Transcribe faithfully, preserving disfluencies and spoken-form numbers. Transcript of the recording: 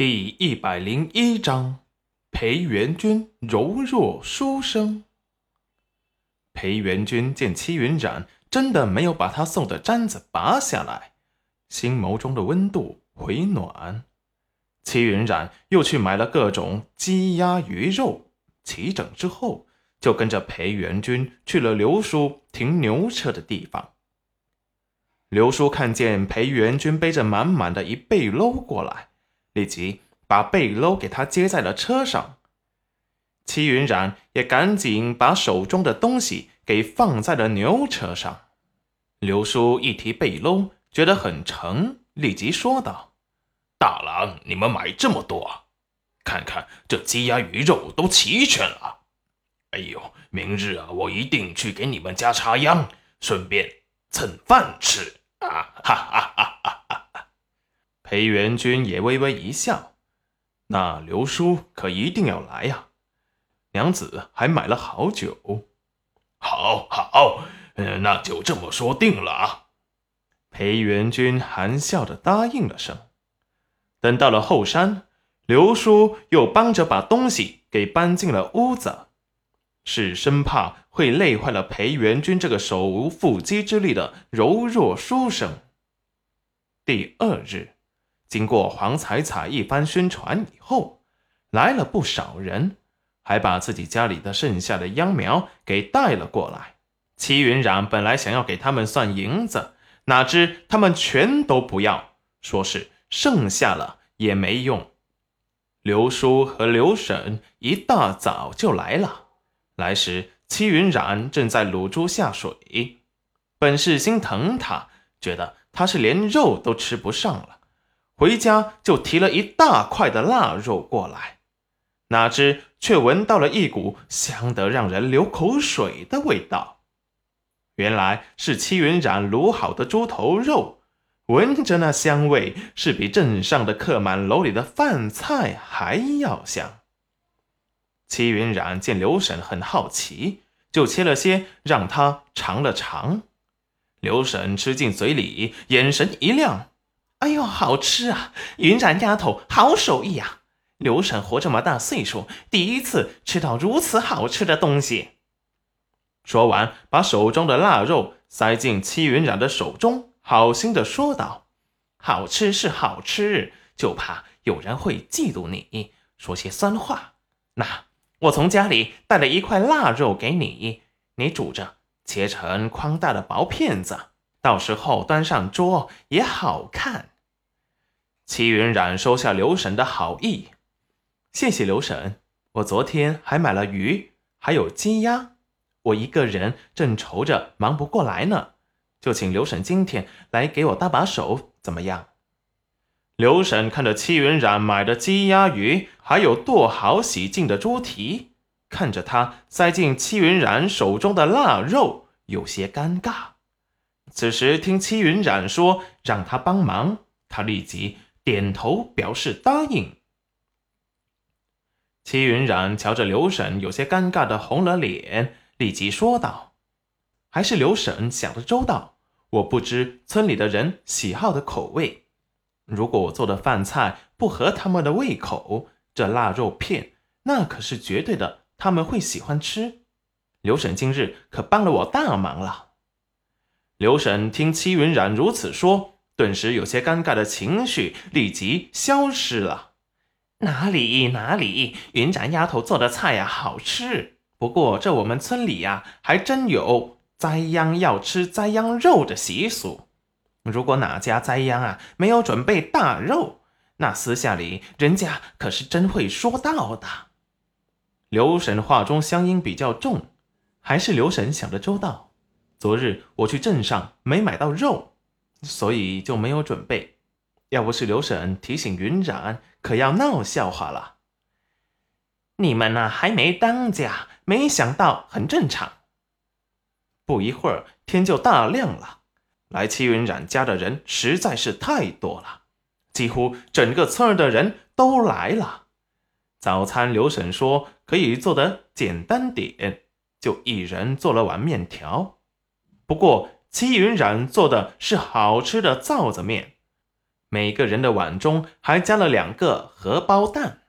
第一百零一章，裴元君柔弱书生。裴元君见戚云染真的没有把他送的簪子拔下来，心眸中的温度回暖。戚云染又去买了各种鸡鸭鱼肉，齐整之后，就跟着裴元君去了刘叔停牛车的地方。刘叔看见裴元君背着满满的一背篓过来，立即把背篓给他接在了车上。戚云染也赶紧把手中的东西给放在了牛车上。刘叔一提背篓，觉得很沉，立即说道： 大郎，你们买这么多啊？看看这鸡鸭鱼肉都齐全了。哎呦，明日啊，我一定去给你们家插秧，顺便蹭饭吃啊！哈哈哈哈哈哈！ 裴元君也微微一笑，那刘叔可一定要来呀、啊！娘子还买了好酒。 好好、呃，那就这么说定了啊！ 裴元君含笑着答应了声。等到了后山，刘叔又帮着把东西给搬进了屋子，是生怕会累坏了裴元君这个手无缚鸡之力的柔弱书生。第二日，经过黄彩彩一番宣传以后，来了不少人，还把自己家里的剩下的秧苗给带了过来。戚云染本来想要给他们算银子，哪知他们全都不要，说是剩下了也没用。刘叔和刘婶一大早就来了，来时戚云染正在卤猪下水，本是心疼他，觉得他是连肉都吃不上了，回家就提了一大块的腊肉过来，哪知却闻到了一股香得让人流口水的味道。原来是戚云染卤好的猪头肉，闻着那香味，是比镇上的客满楼里的饭菜还要香。戚云染见刘婶很好奇，就切了些让她尝了尝。刘婶吃进嘴里，眼神一亮：哎呦，好吃啊！云染丫头好手艺啊！刘婶活这么大岁数，第一次吃到如此好吃的东西。说完，把手中的腊肉塞进戚云染的手中，好心的说道：好吃是好吃，就怕有人会嫉妒你，说些酸话。那我从家里带了一块腊肉给你，你煮着，切成宽大的薄片子，到时候端上桌也好看。戚云染收下刘婶的好意：谢谢刘婶，我昨天还买了鱼，还有鸡鸭，我一个人正愁着忙不过来呢，就请刘婶今天来给我搭把手，怎么样？刘婶看着戚云染买的鸡鸭鱼，还有剁好洗净的猪蹄，看着他塞进戚云染手中的腊肉，有些尴尬。此时听戚云染说让他帮忙，他立即点头表示答应。戚云染瞧着刘婶有些尴尬的红了脸，立即说道：还是刘婶想得周到，我不知村里的人喜好的口味，如果我做的饭菜不合他们的胃口，这腊肉片那可是绝对的他们会喜欢吃。刘婶今日可帮了我大忙了。刘婶听戚云染如此说，顿时有些尴尬的情绪立即消失了。哪里哪里，云染丫头做的菜呀、啊、好吃，不过这我们村里呀、啊、还真有栽秧要吃栽秧肉的习俗，如果哪家栽秧啊没有准备大肉，那私下里人家可是真会说道的。刘婶话中乡音比较重，还是刘婶想得周到。昨日我去镇上没买到肉，所以就没有准备，要不是刘婶提醒云染，可要闹笑话了。你们啊还没当家，没想到很正常。不一会儿天就大亮了，来戚云染家的人实在是太多了，几乎整个村儿的人都来了。早餐刘婶说可以做得简单点，就一人做了碗面条。不过戚云染做的是好吃的臊子面， 每个人的碗中还加了两个荷包蛋。